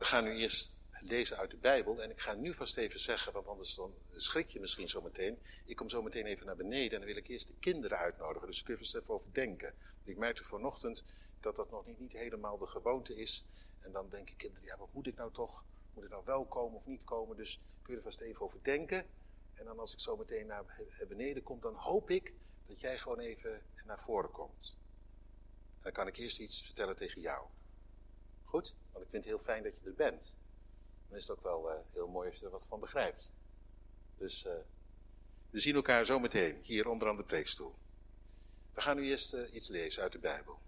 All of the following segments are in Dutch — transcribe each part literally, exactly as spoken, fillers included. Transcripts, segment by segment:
gaan nu eerst lezen uit de Bijbel. En ik ga nu vast even zeggen, want anders dan schrik je misschien zo meteen. Ik kom zo meteen even naar beneden en dan wil ik eerst de kinderen uitnodigen. Dus daar kun je vast even over denken. Ik merkte vanochtend dat dat nog niet, niet helemaal de gewoonte is. En dan denken kinderen, ja, wat moet ik nou toch? Moet ik nou wel komen of niet komen? Dus kun je er vast even over denken. En dan als ik zo meteen naar beneden kom, dan hoop ik dat jij gewoon even naar voren komt. En dan kan ik eerst iets vertellen tegen jou. Goed? Want ik vind het heel fijn dat je er bent. Dan is het ook wel uh, heel mooi als je er wat van begrijpt. Dus uh, we zien elkaar zo meteen hier onderaan de preekstoel. We gaan nu eerst uh, iets lezen uit de Bijbel.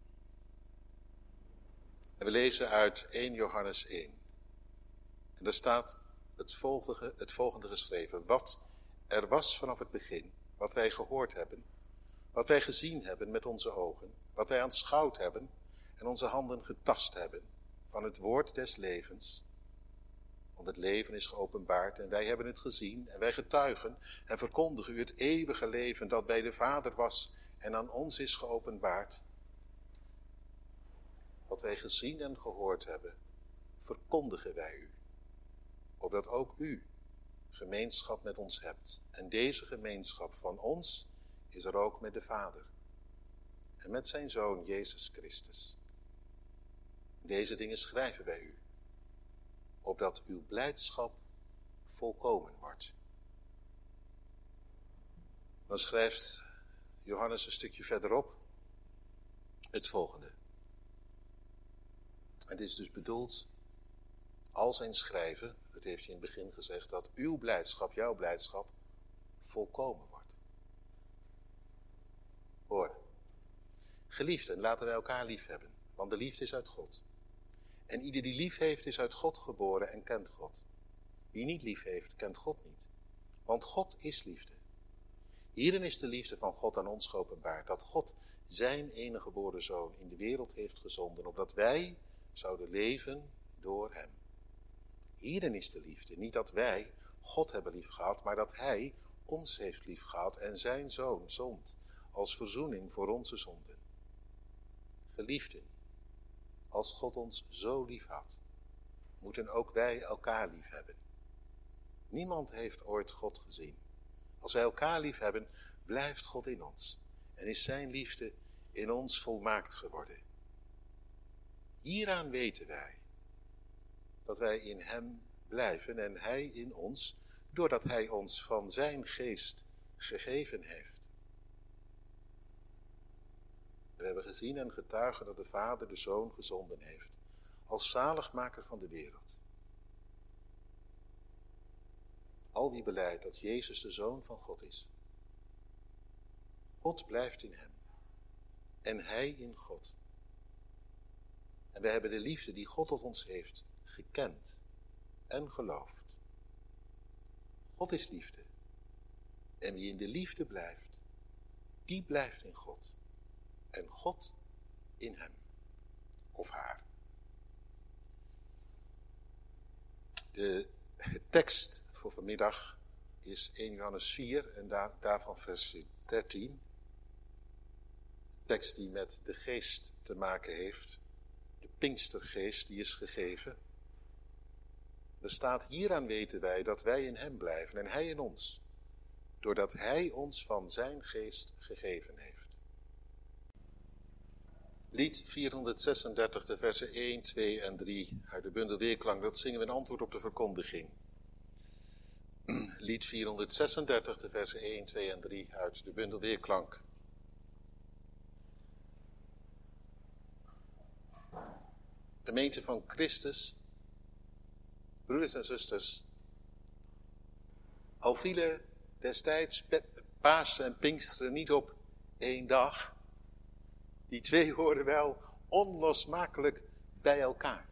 En we lezen uit eerste Johannes één. En daar staat het volgende, het volgende geschreven. Wat er was vanaf het begin, wat wij gehoord hebben, wat wij gezien hebben met onze ogen, wat wij aanschouwd hebben en onze handen getast hebben van het woord des levens. Want het leven is geopenbaard en wij hebben het gezien en wij getuigen en verkondigen u het eeuwige leven dat bij de Vader was en aan ons is geopenbaard. Wat wij gezien en gehoord hebben, verkondigen wij u, opdat ook u gemeenschap met ons hebt. En deze gemeenschap van ons is er ook met de Vader en met zijn Zoon Jezus Christus. Deze dingen schrijven wij u, opdat uw blijdschap volkomen wordt. Dan schrijft Johannes een stukje verderop het volgende. Het is dus bedoeld, al zijn schrijven, dat heeft hij in het begin gezegd, dat uw blijdschap, jouw blijdschap, volkomen wordt. Hoor, geliefden, laten wij elkaar lief hebben, want de liefde is uit God. En ieder die lief heeft, is uit God geboren en kent God. Wie niet lief heeft, kent God niet. Want God is liefde. Hierin is de liefde van God aan ons geopenbaard, dat God zijn enige geboren Zoon in de wereld heeft gezonden, opdat wij zouden leven door hem. Hierin is de liefde, niet dat wij God hebben liefgehad, maar dat hij ons heeft liefgehad en zijn Zoon zond als verzoening voor onze zonden. Geliefden, als God ons zo lief had, moeten ook wij elkaar lief hebben. Niemand heeft ooit God gezien. Als wij elkaar lief hebben, blijft God in ons en is zijn liefde in ons volmaakt geworden. Hieraan weten wij dat wij in hem blijven en hij in ons, doordat hij ons van zijn geest gegeven heeft. We hebben gezien en getuigen dat de Vader de Zoon gezonden heeft, als zaligmaker van de wereld. Al wie belijdt dat Jezus de Zoon van God is. God blijft in hem en hij in God. En wij hebben de liefde die God tot ons heeft gekend en geloofd. God is liefde. En wie in de liefde blijft, die blijft in God. En God in hem of haar. De tekst voor vanmiddag is eerste Johannes vier en daar, daarvan vers dertien. Een tekst die met de geest te maken heeft. De Pinkstergeest die is gegeven. Er staat, hieraan weten wij dat wij in hem blijven en hij in ons. Doordat hij ons van zijn geest gegeven heeft. Lied vierhonderdzesendertig, de versen één, twee en drie uit de bundel Weerklank, dat zingen we in antwoord op de verkondiging. Lied vierhonderdzesendertig, de versen één, twee en drie uit de bundel Weerklank. Gemeente van Christus, broeders en zusters, al vielen destijds Pasen en Pinksteren niet op één dag, die twee horen wel onlosmakelijk bij elkaar.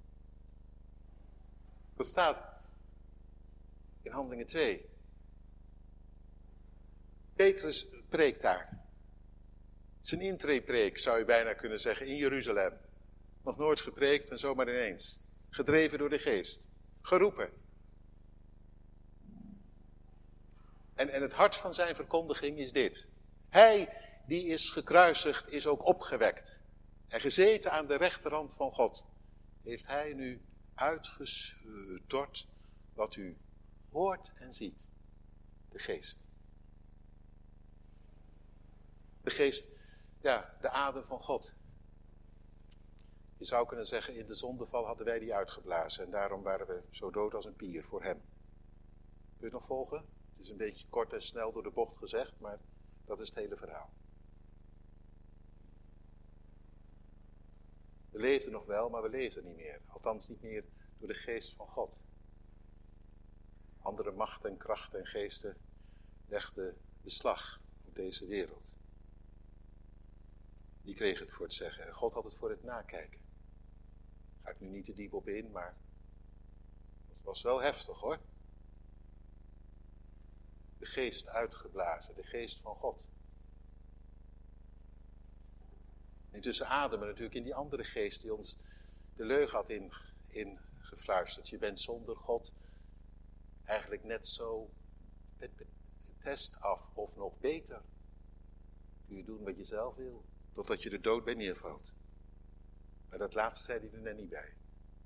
Dat staat in Handelingen twee. Petrus preekt daar. Zijn intreepreek zou je bijna kunnen zeggen in Jeruzalem. Nog nooit gepreekt en zomaar ineens. Gedreven door de geest. Geroepen. En, en het hart van zijn verkondiging is dit. Hij die is gekruisigd, is ook opgewekt. En gezeten aan de rechterhand van God, heeft hij nu uitgestort wat u hoort en ziet. De geest. De geest, ja, de adem van God. Je zou kunnen zeggen, in de zondeval hadden wij die uitgeblazen. En daarom waren we zo dood als een pier voor hem. Kun je het nog volgen? Het is een beetje kort en snel door de bocht gezegd, maar dat is het hele verhaal. We leefden nog wel, maar we leefden niet meer. Althans niet meer door de geest van God. Andere machten en krachten en geesten legden beslag op deze wereld. Die kregen het voor het zeggen. En God had het voor het nakijken. Ga ik nu niet te diep op in, maar het was wel heftig hoor. De geest uitgeblazen, de geest van God. Intussen ademen natuurlijk in die andere geest die ons de leugen had in, ingefluisterd. Je bent zonder God eigenlijk net zo pest af of nog beter. Kun je doen wat je zelf wil, totdat je de dood bij neervalt. Maar dat laatste zei hij er net niet bij.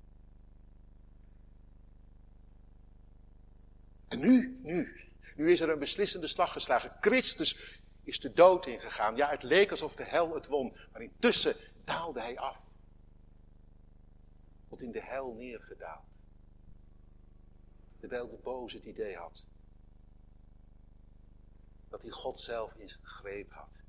En nu, nu, nu is er een beslissende slag geslagen. Christus is de dood ingegaan. Ja, het leek alsof de hel het won. Maar intussen daalde hij af. Wordt in de hel neergedaald. Terwijl de boze het idee had. Dat hij God zelf in zijn greep had.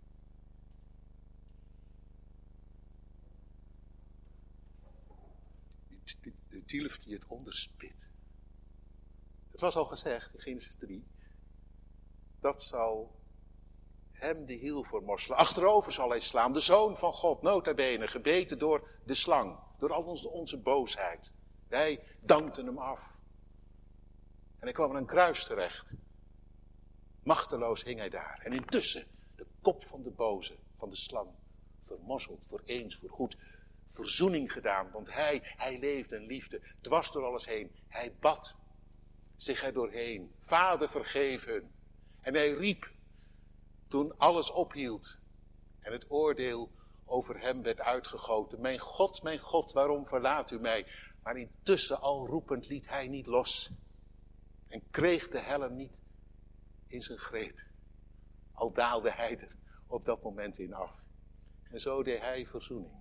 De tielef die het onderspit. Het was al gezegd in Genesis drie. Dat zal hem de hiel voor morselen. Achterover zal hij slaan. De zoon van God, nota bene, gebeten door de slang. Door al onze, onze boosheid. Wij dankten hem af. En hij kwam aan een kruis terecht. Machteloos hing hij daar. En intussen de kop van de boze, van de slang. Vermorzeld, voor eens, voor goed. Verzoening gedaan, want hij, hij leefde in liefde. Dwars door alles heen. Hij bad zich er doorheen. Vader, vergeef hun. En hij riep toen alles ophield. En het oordeel over hem werd uitgegoten. Mijn God, mijn God, waarom verlaat u mij? Maar intussen al roepend liet hij niet los. En kreeg de hel hem niet in zijn greep. Al daalde hij er op dat moment in af. En zo deed hij verzoening.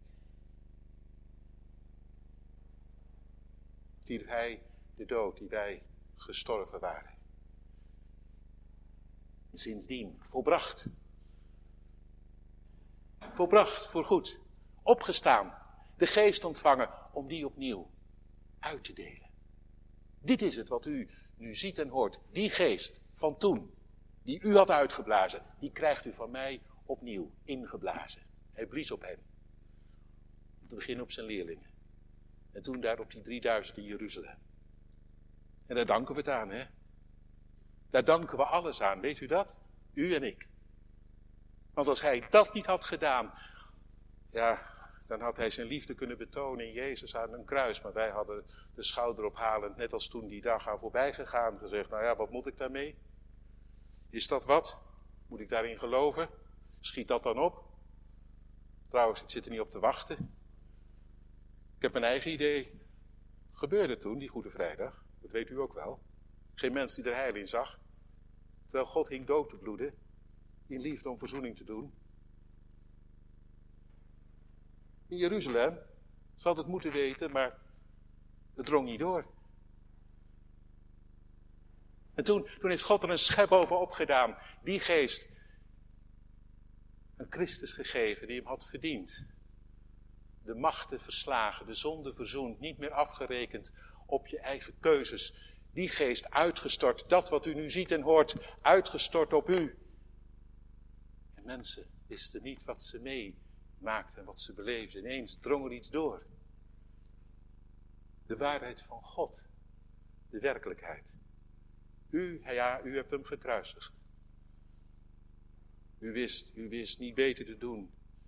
Stierf hij de dood die wij gestorven waren. En sindsdien volbracht. Volbracht voor goed. Opgestaan. De geest ontvangen om die opnieuw uit te delen. Dit is het wat u nu ziet en hoort. Die geest van toen, die u had uitgeblazen, die krijgt u van mij opnieuw ingeblazen. Hij blies op hen. Om te beginnen op zijn leerlingen. En toen daar op die drieduizend in Jeruzalem. En daar danken we het aan, hè. Daar danken we alles aan, weet u dat? U en ik. Want als hij dat niet had gedaan, ja, dan had hij zijn liefde kunnen betonen in Jezus aan een kruis. Maar wij hadden de schouder ophalend, net als toen die dag aan voorbij gegaan, gezegd, nou ja, wat moet ik daarmee? Is dat wat? Moet ik daarin geloven? Schiet dat dan op? Trouwens, ik zit er niet op te wachten. Ik heb mijn eigen idee. Gebeurde toen, die Goede Vrijdag. Dat weet u ook wel. Geen mens die er heil in zag. Terwijl God hing dood te bloeden. In liefde om verzoening te doen. In Jeruzalem. Ze had het moeten weten, maar het drong niet door. En toen, toen heeft God er een schep bovenop gedaan. Die geest. Een Christus gegeven die hem had verdiend. De machten verslagen, de zonde verzoend, niet meer afgerekend op je eigen keuzes. Die geest uitgestort, dat wat u nu ziet en hoort, uitgestort op u. En mensen wisten niet wat ze meemaakten en wat ze beleefden. Ineens drong er iets door. De waarheid van God, de werkelijkheid. U, ja, u hebt hem gekruisigd. U wist, u wist niet beter te doen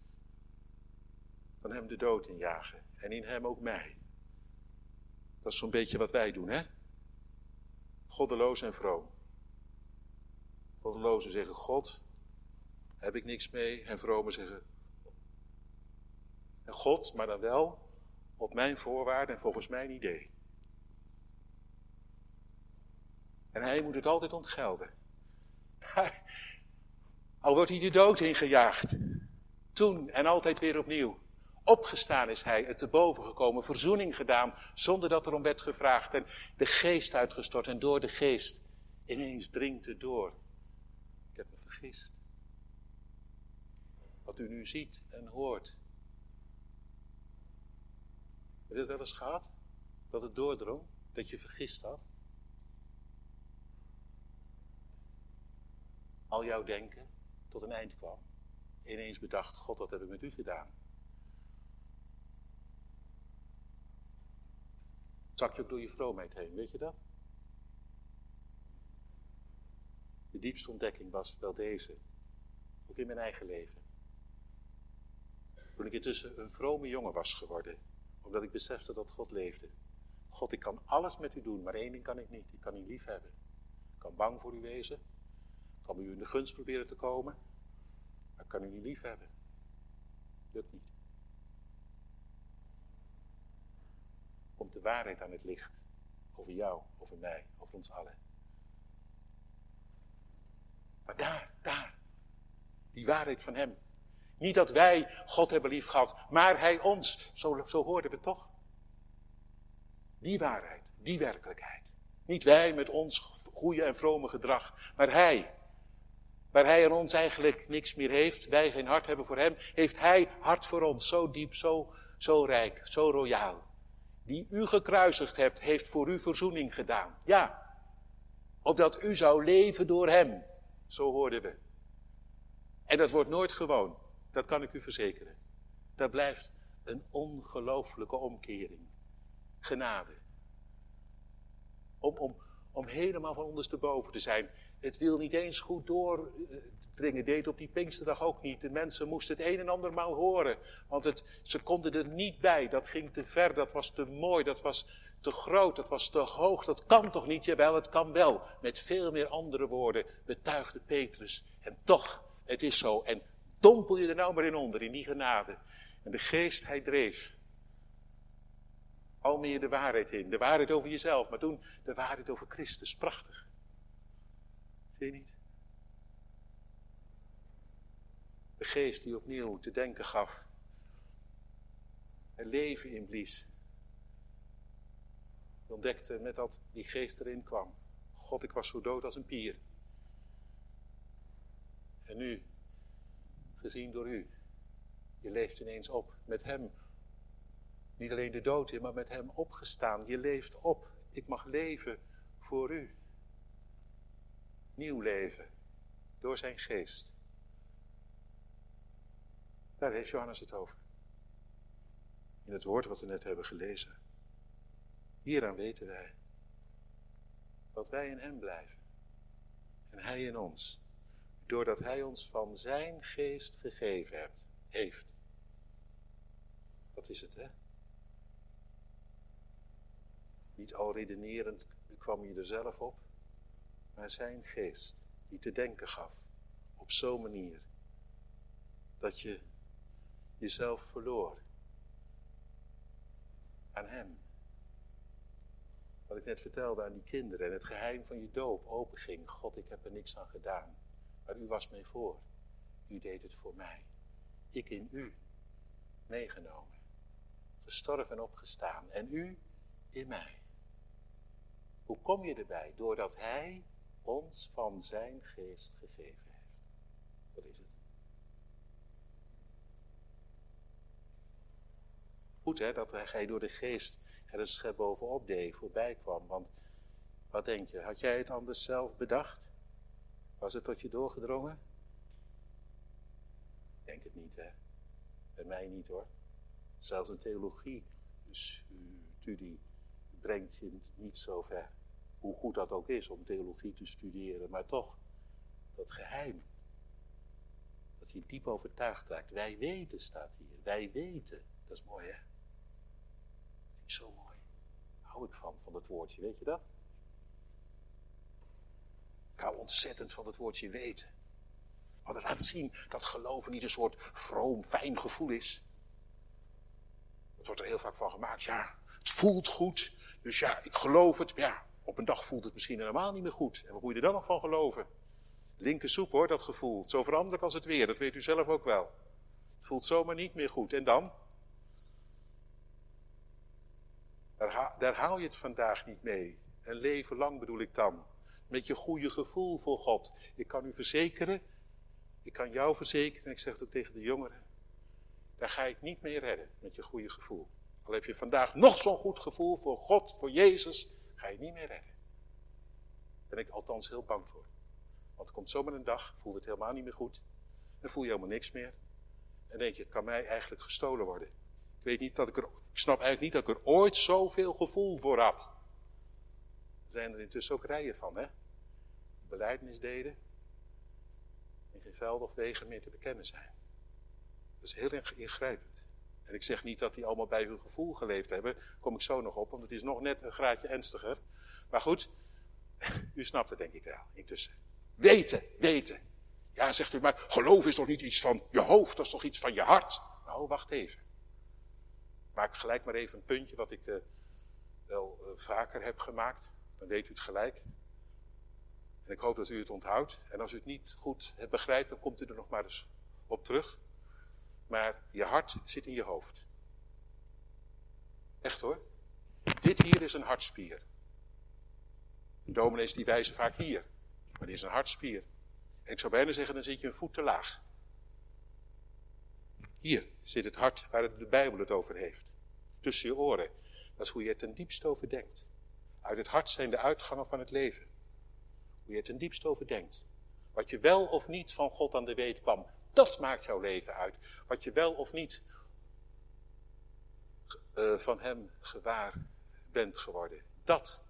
dan hem de dood injagen. En in hem ook mij. Dat is zo'n beetje wat wij doen, hè? Goddeloos en vroom. Goddelozen zeggen, God, heb ik niks mee. En vromen zeggen, en God, maar dan wel Op mijn voorwaarden en volgens mijn idee. En hij moet het altijd ontgelden. Al wordt hij de dood ingejaagd. Toen en altijd weer opnieuw. Opgestaan is hij, het te boven gekomen, verzoening gedaan, zonder dat erom werd gevraagd. En de geest uitgestort en door de geest ineens dringt het door. Ik heb me vergist. Wat u nu ziet en hoort. Heb je het wel eens gehad? Dat het doordrong? Dat je vergist had? Al jouw denken tot een eind kwam. Ineens bedacht, God, wat heb ik met u gedaan? Zak je ook door je vroomheid heen, weet je dat? De diepste ontdekking was wel deze. Ook in mijn eigen leven. Toen ik intussen een vrome jongen was geworden. Omdat ik besefte dat God leefde. God, ik kan alles met u doen, maar één ding kan ik niet. Ik kan u lief hebben. Ik kan bang voor u wezen. Ik kan u in de gunst proberen te komen. Maar ik kan u niet lief hebben. Lukt niet. Komt de waarheid aan het licht. Over jou, over mij, over ons allen. Maar daar, daar. Die waarheid van hem. Niet dat wij God hebben lief gehad, maar hij ons. Zo, zo hoorden we toch. Die waarheid, die werkelijkheid. Niet wij met ons goede en vrome gedrag, maar hij. Waar hij aan ons eigenlijk niks meer heeft, wij geen hart hebben voor hem, heeft hij hart voor ons. Zo diep, zo, zo rijk, zo royaal. Die u gekruisigd hebt, heeft voor u verzoening gedaan. Ja, opdat u zou leven door hem. Zo hoorden we. En dat wordt nooit gewoon. Dat kan ik u verzekeren. Dat blijft een ongelooflijke omkering. Genade. Om, om, om helemaal van ondersteboven te zijn. Het wil niet eens goed doordringen. Deed op die Pinksterdag ook niet. De mensen moesten het een en ander maal horen. Want het, ze konden er niet bij. Dat ging te ver. Dat was te mooi. Dat was te groot. Dat was te hoog. Dat kan toch niet? Jawel, het kan wel. Met veel meer andere woorden betuigde Petrus. En toch, het is zo. En dompel je er nou maar in onder, in die genade. En de geest, hij dreef. Al meer de waarheid in. De waarheid over jezelf, maar toen de waarheid over Christus. Prachtig. Zie je niet? De geest die opnieuw te denken gaf. En leven inblies. Je ontdekte met dat die geest erin kwam. God, ik was zo dood als een pier. En nu, gezien door u, je leeft ineens op met hem. Niet alleen de dood in, maar met hem opgestaan. Je leeft op. Ik mag leven voor u. Nieuw leven. Door zijn geest. Daar heeft Johannes het over. In het woord wat we net hebben gelezen. Hieraan weten wij. Dat wij in hem blijven. En hij in ons. Doordat hij ons van zijn geest gegeven hebt, heeft. Dat is het, hè? Niet al redenerend kwam je er zelf op, maar zijn geest die te denken gaf. Op zo'n manier dat je jezelf verloor aan hem. Wat ik net vertelde aan die kinderen en het geheim van je doop openging. God, ik heb er niks aan gedaan, maar u was mij voor. U deed het voor mij. Ik in u meegenomen. Gestorven en opgestaan. En u in mij. Hoe kom je erbij? Doordat hij ons van zijn geest gegeven heeft. Wat is het? Goed hè, dat hij door de geest er een schep bovenop deed, voorbij kwam. Want wat denk je, had jij het anders zelf bedacht? Was het tot je doorgedrongen? Ik denk het niet hè. Bij mij niet hoor. Zelfs een theologie-studie brengt je niet zo ver. Hoe goed dat ook is om theologie te studeren. Maar toch, dat geheim. Dat je diep overtuigd raakt. Wij weten, staat hier. Wij weten. Dat is mooi hè. Zo mooi. Daar hou ik van, van dat woordje. Weet je dat? Ik hou ontzettend van het woordje weten. Want het laat zien dat geloven niet een soort vroom, fijn gevoel is. Het wordt er heel vaak van gemaakt, ja, het voelt goed. Dus ja, ik geloof het. Maar ja, op een dag voelt het misschien helemaal niet meer goed. En wat moet je er dan nog van geloven? Linker soep hoor, dat gevoel. Zo veranderlijk als het weer, dat weet u zelf ook wel. Het voelt zomaar niet meer goed. En dan? Daar, ha- daar haal je het vandaag niet mee. Een leven lang bedoel ik dan. Met je goede gevoel voor God. Ik kan u verzekeren, ik kan jou verzekeren, en ik zeg het ook tegen de jongeren. Daar ga je het niet mee redden, met je goede gevoel. Al heb je vandaag nog zo'n goed gevoel voor God, voor Jezus, ga je het niet meer redden. Daar ben ik althans heel bang voor. Want er komt zomaar een dag, voelt het helemaal niet meer goed. Dan voel je helemaal niks meer. En denk je, het kan mij eigenlijk gestolen worden. Ik weet niet dat ik er, ik snap eigenlijk niet dat ik er ooit zoveel gevoel voor had. Er zijn er intussen ook rijen van, hè. Die belijdenis deden. En geen velden of wegen meer te bekennen zijn. Dat is heel erg ingrijpend. En ik zeg niet dat die allemaal bij hun gevoel geleefd hebben. Daar kom ik zo nog op, want het is nog net een graadje ernstiger. Maar goed, u snapt het denk ik wel, intussen. Weten, weten. Ja, zegt u, maar geloof is toch niet iets van je hoofd, dat is toch iets van je hart? Nou, wacht even. Maak gelijk maar even een puntje wat ik uh, wel uh, vaker heb gemaakt. Dan weet u het gelijk. En ik hoop dat u het onthoudt. En als u het niet goed hebt begrijpt, dan komt u er nog maar eens op terug. Maar je hart zit in je hoofd. Echt hoor. Dit hier is een hartspier. De dominees die wijzen vaak hier. Maar dit is een hartspier. En ik zou bijna zeggen, dan zit je een voet te laag. Hier zit het hart waar de Bijbel het over heeft. Tussen je oren. Dat is hoe je er ten diepste over denkt. Uit het hart zijn de uitgangen van het leven. Hoe je er ten diepste over denkt. Wat je wel of niet van God aan de weet kwam. Dat maakt jouw leven uit. Wat je wel of niet uh, van hem gewaar bent geworden. Dat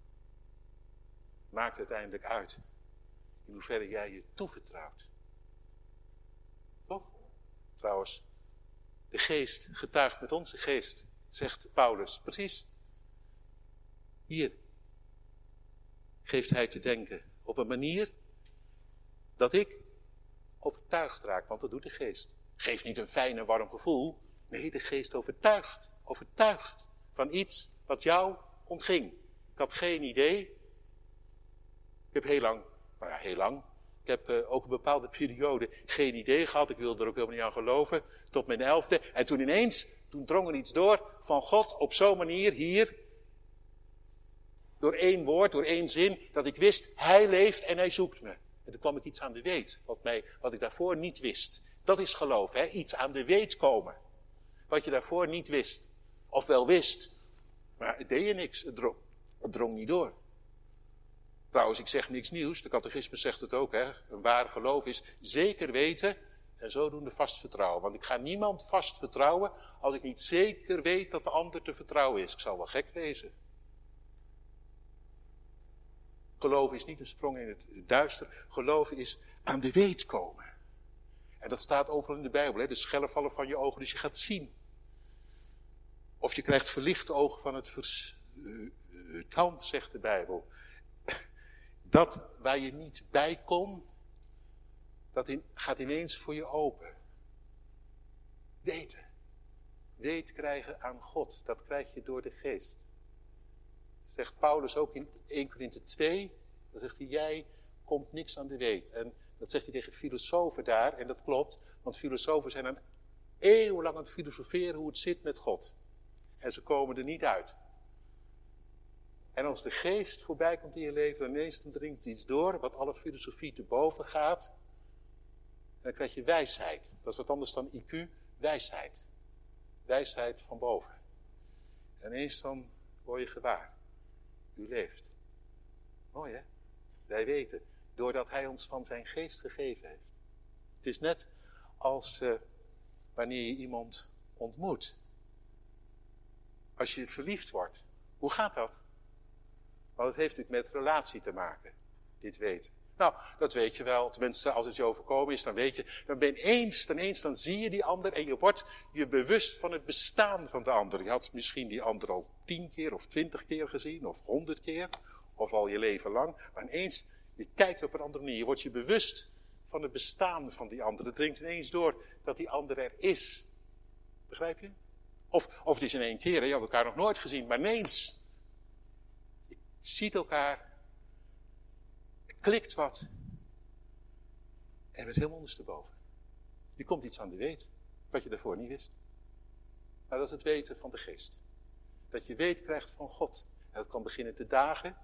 maakt uiteindelijk uit. In hoeverre jij je toevertrouwt. Toch? Trouwens, de geest getuigt met onze geest, zegt Paulus. Precies. Hier geeft hij te denken op een manier dat ik overtuigd raak, want dat doet de geest. Geeft niet een fijn en warm gevoel. Nee, de geest overtuigt. Overtuigt van iets wat jou ontging. Ik had geen idee. Ik heb heel lang, nou ja, heel lang. Ik heb uh, ook een bepaalde periode geen idee gehad. Ik wilde er ook helemaal niet aan geloven. Tot mijn elfde. En toen ineens, toen drong er iets door van God op zo'n manier hier. Door één woord, door één zin. Dat ik wist, hij leeft en hij zoekt me. En toen kwam ik iets aan de weet. Wat, mij, wat ik daarvoor niet wist. Dat is geloof, hè. Iets aan de weet komen. Wat je daarvoor niet wist. Of wel wist. Maar het deed je niks. Het drong, het drong niet door. Trouwens, ik zeg niks nieuws. De catechisme zegt het ook, hè. Een waar geloof is zeker weten en zodoende vast vertrouwen. Want ik ga niemand vast vertrouwen als ik niet zeker weet dat de ander te vertrouwen is. Ik zal wel gek wezen. Geloven is niet een sprong in het duister. Geloven is aan de weet komen. En dat staat overal in de Bijbel. Hè? De schellen vallen van je ogen, dus je gaat zien. Of je krijgt verlichte ogen van het verstand, uh, zegt de Bijbel. Dat waar je niet bij kon, dat in, gaat ineens voor je open. Weten. Weet krijgen aan God. Dat krijg je door de geest. Zegt Paulus ook in eerste Korinthe twee. Dan zegt hij, jij komt niks aan de weet. En dat zegt hij tegen filosofen daar. En dat klopt. Want filosofen zijn een eeuwenlang aan het filosoferen hoe het zit met God. En ze komen er niet uit. En als de geest voorbij komt in je leven, dan ineens dan dringt iets door, wat alle filosofie te boven gaat. En dan krijg je wijsheid. Dat is wat anders dan I Q, wijsheid. Wijsheid van boven. En ineens dan word je gewaar. U leeft. Mooi hè? Wij weten, doordat hij ons van zijn geest gegeven heeft. Het is net als uh, wanneer je iemand ontmoet. Als je verliefd wordt. Hoe gaat dat? Want het heeft natuurlijk met relatie te maken. Dit weten. Nou, dat weet je wel. Tenminste, als het je overkomen is, dan weet je. Dan ben je eens, dan eens, dan zie je die ander. En je wordt je bewust van het bestaan van de ander. Je had misschien die ander al tien keer of twintig keer gezien. Of honderd keer. Of al je leven lang. Maar ineens, je kijkt op een andere manier. Je wordt je bewust van het bestaan van die ander. Het dringt ineens door dat die ander er is. Begrijp je? Of, of het is in één keer, hè? Je had elkaar nog nooit gezien, maar ineens. Je ziet elkaar. Er klikt wat. En je bent helemaal ondersteboven. Je komt iets aan de weet, wat je daarvoor niet wist. Maar dat is het weten van de geest. Dat je weet krijgt van God. En dat kan beginnen te dagen.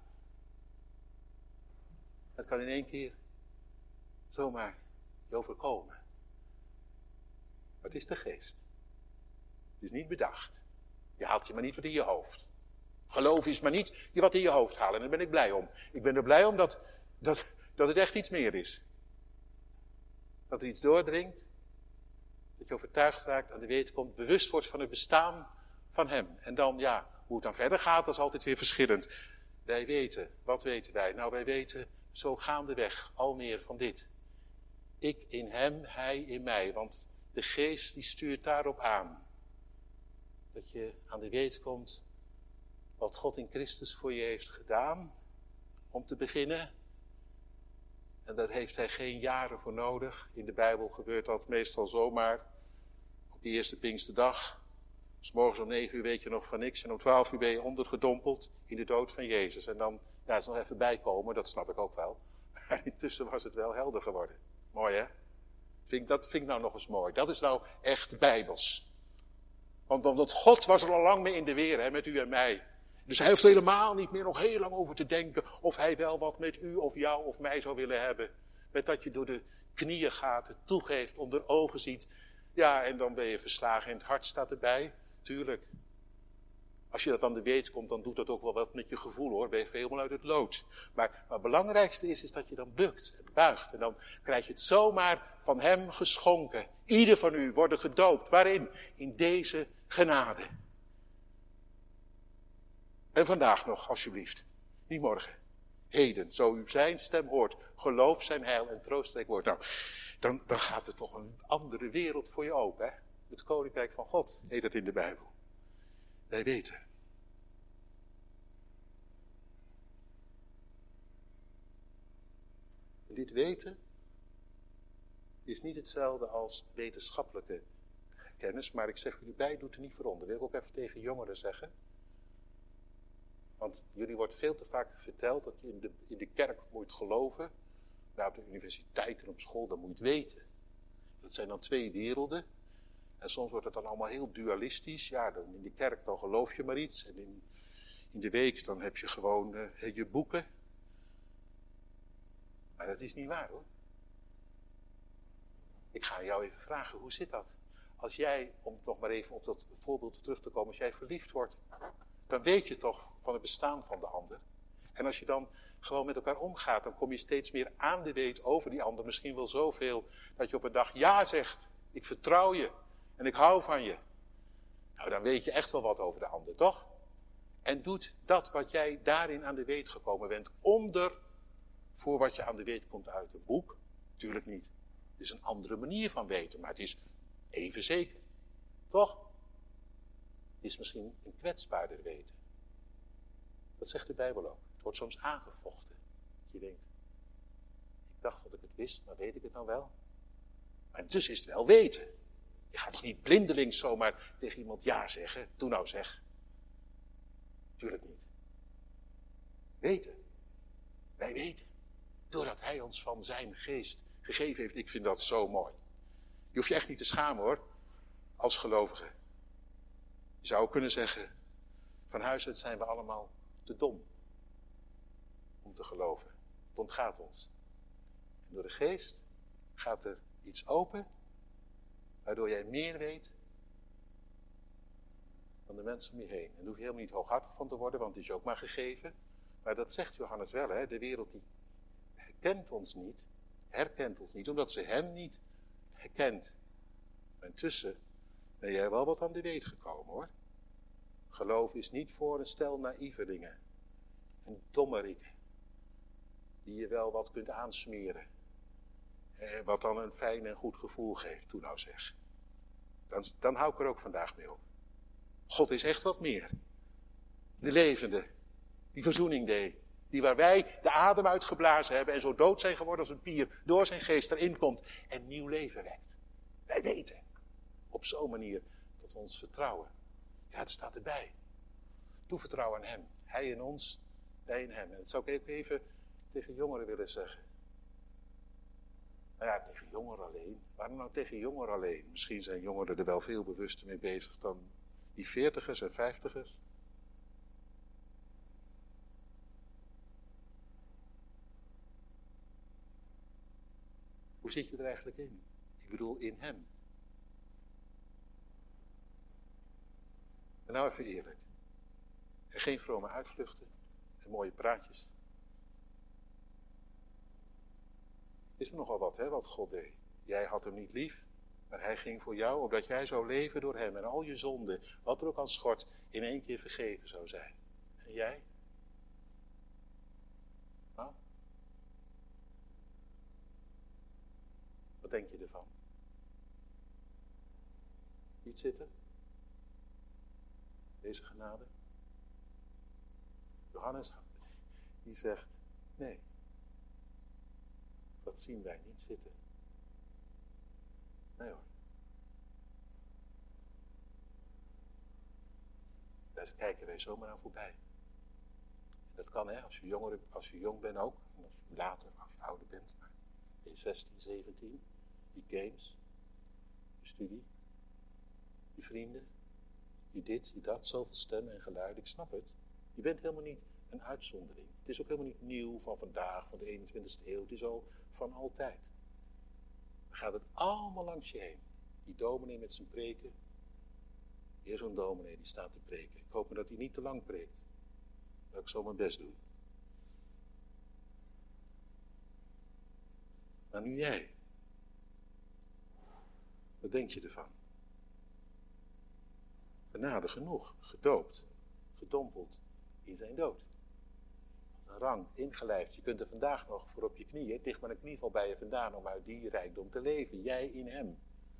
Het kan in één keer zomaar je overkomen. Maar het is de geest. Het is niet bedacht. Je haalt je maar niet wat in je hoofd. Geloof is maar niet je wat in je hoofd halen. En daar ben ik blij om. Ik ben er blij om dat, dat, dat het echt iets meer is. Dat er iets doordringt. Dat je overtuigd raakt, aan de weet komt, bewust wordt van het bestaan van hem. En dan, ja, hoe het dan verder gaat, dat is altijd weer verschillend. Wij weten, wat weten wij? Nou, wij weten zo gaandeweg al meer van dit. Ik in hem, hij in mij. Want de geest die stuurt daarop aan. Dat je aan de weet komt wat God in Christus voor je heeft gedaan. Om te beginnen. En daar heeft hij geen jaren voor nodig. In de Bijbel gebeurt dat meestal zomaar. Op die eerste Pinksterdag. 'S morgens om negen uur weet je nog van niks. En om twaalf uur ben je ondergedompeld in de dood van Jezus. En dan, ja, is nog even bijkomen, dat snap ik ook wel. Maar intussen was het wel helder geworden. Mooi, hè? Vind, dat vind ik nou nog eens mooi. Dat is nou echt bijbels. Want, want God was er al lang mee in de weer, hè, met u en mij. Dus hij hoeft helemaal niet meer nog heel lang over te denken of hij wel wat met u of jou of mij zou willen hebben. Met dat je door de knieën gaat, het toegeeft, onder ogen ziet. Ja, en dan ben je verslagen en het hart staat erbij. Tuurlijk. Als je dat aan de weet komt, dan doet dat ook wel wat met je gevoel, hoor. Ben je helemaal uit het lood. Maar, maar het belangrijkste is, is dat je dan bukt en buigt. En dan krijg je het zomaar van hem geschonken. Ieder van u wordt gedoopt. Waarin? In deze genade. En vandaag nog, alsjeblieft. Niet morgen. Heden, zo u zijn stem hoort. Geloof zijn heil en troostrijk wordt. Nou, dan, dan gaat er toch een andere wereld voor je open, hè? Het koninkrijk van God heet het in de Bijbel. Wij weten. En dit weten is niet hetzelfde als wetenschappelijke kennis, maar ik zeg jullie bij, doet er niet voor onder. Wil ik ook even tegen jongeren zeggen. Want jullie wordt veel te vaak verteld dat je in de, in de kerk moet geloven. Nou, op de universiteit en op school, dan moet je het weten. Dat zijn dan twee werelden. En soms wordt het dan allemaal heel dualistisch. Ja, dan in de kerk dan geloof je maar iets. En in, in de week dan heb je gewoon uh, je boeken. Maar dat is niet waar, hoor. Ik ga jou even vragen, hoe zit dat? Als jij, om nog maar even op dat voorbeeld terug te komen, als jij verliefd wordt, dan weet je toch van het bestaan van de ander. En als je dan gewoon met elkaar omgaat, dan kom je steeds meer aan de weet over die ander. Misschien wel zoveel dat je op een dag ja zegt. Ik vertrouw je. En ik hou van je. Nou, dan weet je echt wel wat over de ander, toch? En doet dat wat jij daarin aan de weet gekomen bent, onder voor wat je aan de weet komt uit een boek? Tuurlijk niet. Het is een andere manier van weten, maar het is even zeker. Toch? Het is misschien een kwetsbaarder weten. Dat zegt de Bijbel ook. Het wordt soms aangevochten. Dat je denkt, ik dacht dat ik het wist, maar weet ik het nou wel? Maar intussen is het wel weten. Je gaat toch niet blindelings zomaar tegen iemand ja zeggen? Doe nou zeg. Tuurlijk niet. Weten. Wij weten. Doordat hij ons van zijn geest gegeven heeft. Ik vind dat zo mooi. Je hoeft je echt niet te schamen, hoor. Als gelovige. Je zou ook kunnen zeggen, van huis uit zijn we allemaal te dom. Om te geloven. Het ontgaat ons. En door de geest gaat er iets open. Waardoor jij meer weet dan de mensen om je heen. En daar hoef je helemaal niet hooghartig van te worden, want het is ook maar gegeven. Maar dat zegt Johannes wel, hè? De wereld die herkent ons niet, herkent ons niet, omdat ze hem niet herkent. Maar intussen ben jij wel wat aan de weet gekomen, hoor. Geloof is niet voor een stel naïvelingen en dommerikken, die je wel wat kunt aansmeren. Eh, wat dan een fijn en goed gevoel geeft, toen nou zeg. Dan, dan hou ik er ook vandaag mee op. God is echt wat meer. De levende, die verzoening deed. Die waar wij de adem uitgeblazen hebben en zo dood zijn geworden als een pier, door zijn geest erin komt en nieuw leven wekt. Wij weten. Op zo'n manier dat we ons vertrouwen Ja, het staat erbij. Toevertrouw aan hem. Hij in ons, wij in hem. En dat zou ik ook even tegen jongeren willen zeggen. Nou ja, tegen jongeren alleen. Waarom nou tegen jongeren alleen? Misschien zijn jongeren er wel veel bewuster mee bezig dan die veertigers en vijftigers. Hoe zit je er eigenlijk in? Ik bedoel, in hem. En nou even eerlijk. En geen vrome uitvluchten en mooie praatjes. Is er nogal wat, hè, wat God deed. Jij had hem niet lief, maar hij ging voor jou, opdat jij zou leven door hem. En al je zonden, wat er ook aan schort, in één keer vergeven zou zijn. En jij? Nou? Wat denk je ervan? Niet zitten? Deze genade? Johannes, die zegt, nee. Dat zien wij niet zitten. Nee hoor. Daar kijken wij zomaar aan voorbij. En dat kan, hè, als je, jonger, als je jong bent ook. En als je later, als je ouder bent. Maar ben je zestien, zeventien. Je games. Je studie. Je vrienden. Je dit, je dat. Zoveel stemmen en geluiden. Ik snap het. Je bent helemaal niet een uitzondering. Het is ook helemaal niet nieuw van vandaag, van de eenentwintigste eeuw. Het is al van altijd. Dan gaat het allemaal langs je heen. Die dominee met zijn preken. Hier zo'n dominee die staat te preken. Ik hoop maar dat hij niet te lang preekt. Dat ik zo mijn best doen. Maar nu jij. Wat denk je ervan? Genade genoeg, gedoopt, gedompeld in zijn dood. Als een rang, ingelijfd. Je kunt er vandaag nog voor op je knieën, dicht maar een knieval bij je vandaan om uit die rijkdom te leven. Jij in hem.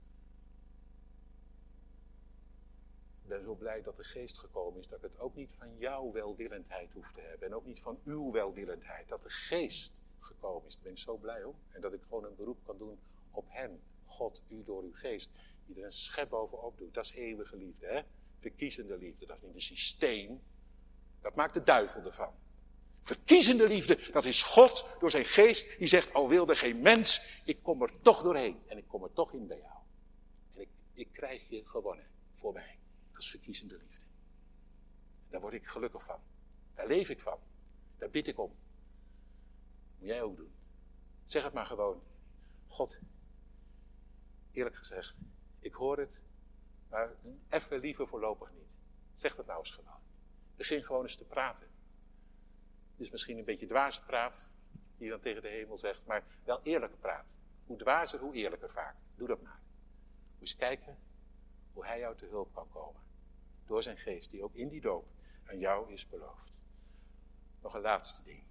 Ik ben zo blij dat de geest gekomen is, dat ik het ook niet van jouw welwillendheid hoef te hebben. En ook niet van uw welwillendheid. Dat de geest gekomen is. Daar ben ik zo blij om. En dat ik gewoon een beroep kan doen op hem. God, u door uw geest. Die er een schep bovenop doet. Dat is eeuwige liefde, hè? Verkiezende liefde. Dat is niet een systeem. Dat maakt de duivel ervan. Verkiezende liefde, dat is God door zijn geest. Die zegt, al wilde geen mens, ik kom er toch doorheen. En ik kom er toch in bij jou. En ik, ik krijg je gewonnen voor mij. Dat is verkiezende liefde. Daar word ik gelukkig van. Daar leef ik van. Daar bid ik om. Moet jij ook doen. Zeg het maar gewoon. God, eerlijk gezegd, ik hoor het, maar even liever voorlopig niet. Zeg dat nou eens gewoon. Begin gewoon eens te praten. Het is misschien een beetje dwaze praat, die je dan tegen de hemel zegt, maar wel eerlijke praat. Hoe dwazer, hoe eerlijker vaak. Doe dat maar. Moet eens kijken hoe hij jou te hulp kan komen. Door zijn geest, die ook in die doop aan jou is beloofd. Nog een laatste ding.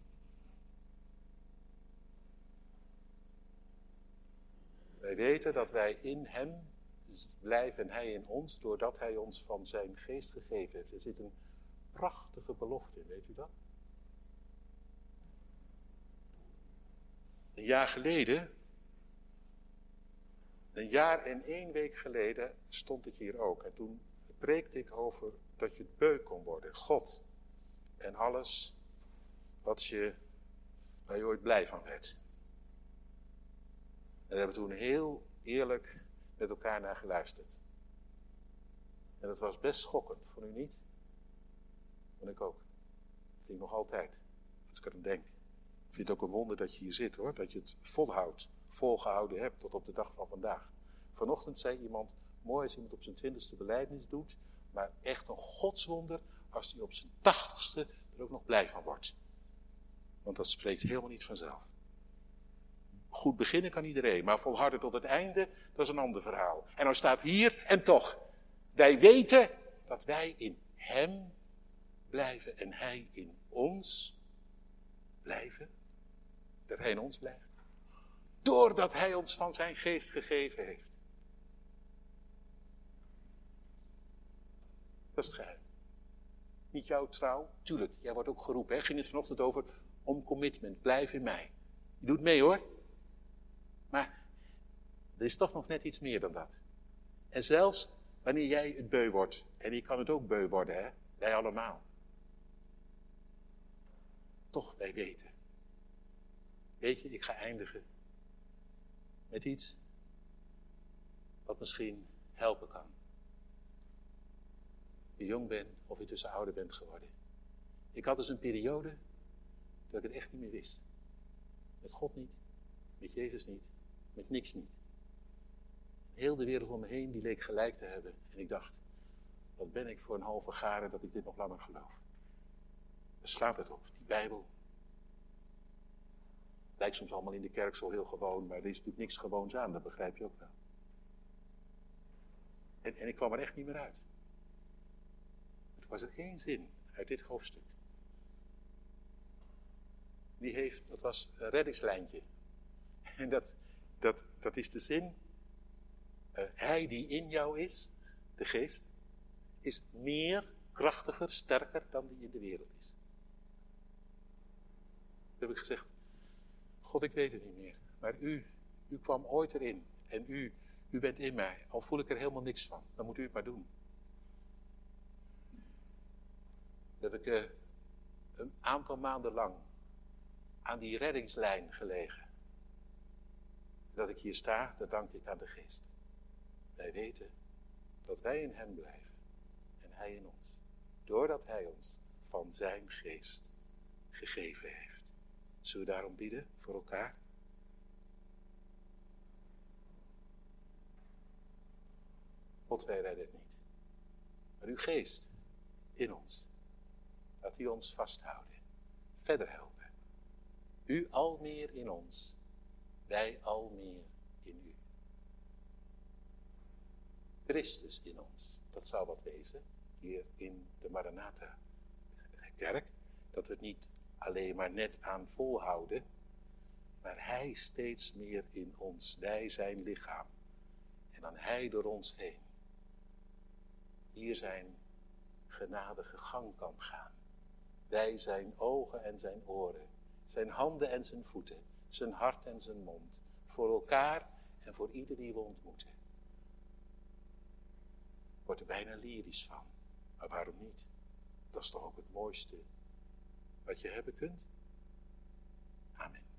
Wij weten dat wij in hem blijven en hij in ons, doordat hij ons van zijn geest gegeven heeft. Er zit een prachtige belofte in, weet u dat? Een jaar geleden, een jaar en één week geleden, stond ik hier ook. En toen preekte ik over dat je beu kon worden. God en alles wat je, waar je ooit blij van werd. En daar hebben we toen heel eerlijk met elkaar naar geluisterd. En dat was best schokkend, vond u niet? Vond ik ook. Dat vind ik nog altijd, als ik er aan denk. Ik vind het ook een wonder dat je hier zit, hoor. Dat je het volhoudt, volgehouden hebt tot op de dag van vandaag. Vanochtend zei iemand, mooi als iemand op zijn twintigste belijdenis doet, maar echt een godswonder als hij op zijn tachtigste er ook nog blij van wordt. Want dat spreekt helemaal niet vanzelf. Goed beginnen kan iedereen, maar volharden tot het einde, dat is een ander verhaal. En nou staat hier, en toch, wij weten dat wij in hem blijven en hij in ons blijven. Dat hij in ons blijft. Doordat hij ons van zijn geest gegeven heeft. Dat is het geheim. Niet jouw trouw, tuurlijk, jij wordt ook geroepen, hè? Ging het vanochtend over om commitment, blijf in mij. Je doet mee, hoor. Maar er is toch nog net iets meer dan dat. En zelfs Wanneer jij het beu wordt, en je kan het ook beu worden, hè? Wij allemaal. Toch, wij weten. Weet je, ik ga eindigen met iets wat misschien helpen kan. Je jong bent of je tussen ouder bent geworden. Ik had dus een periode dat ik het echt niet meer wist. Met God niet, met Jezus niet, met niks niet. Heel de wereld om me heen die leek gelijk te hebben. En ik dacht, wat ben ik voor een halve garen dat ik dit nog langer geloof. Daar slaat het op, die Bijbel. Lijkt soms allemaal in de kerk zo heel gewoon, maar er is natuurlijk niks gewoons aan, dat begrijp je ook wel. En, en ik kwam er echt niet meer uit. Er was er één zin uit dit hoofdstuk. Die heeft, dat was een reddingslijntje. En dat, dat, dat is de zin. Uh, hij die in jou is, de geest, is meer, krachtiger, sterker dan die in de wereld is. Toen heb ik gezegd, God, ik weet het niet meer. Maar u, u kwam ooit erin. En u, u bent in mij. Al voel ik er helemaal niks van. Dan moet u het maar doen. Dan heb ik uh, een aantal maanden lang aan die reddingslijn gelegen. Dat ik hier sta, dat dank ik aan de geest. Wij weten dat wij in hem blijven. En hij in ons. Doordat hij ons van zijn geest gegeven heeft. Zullen we daarom bidden voor elkaar? God, wij redden het niet. Maar uw geest in ons. Laat u ons vasthouden. Verder helpen. U al meer in ons. Wij al meer in u. Christus in ons. Dat zou wat wezen. Hier in de Maranatha kerk. Dat we het niet alleen maar net aan volhouden. Maar hij steeds meer in ons. Wij zijn lichaam. En dan hij door ons heen. Hier zijn genadige gang kan gaan. Wij zijn ogen en zijn oren. Zijn handen en zijn voeten. Zijn hart en zijn mond. Voor elkaar en voor ieder die we ontmoeten. Wordt er bijna lyrisch van. Maar waarom niet? Dat is toch ook het mooiste wat je hebben kunt? Amen.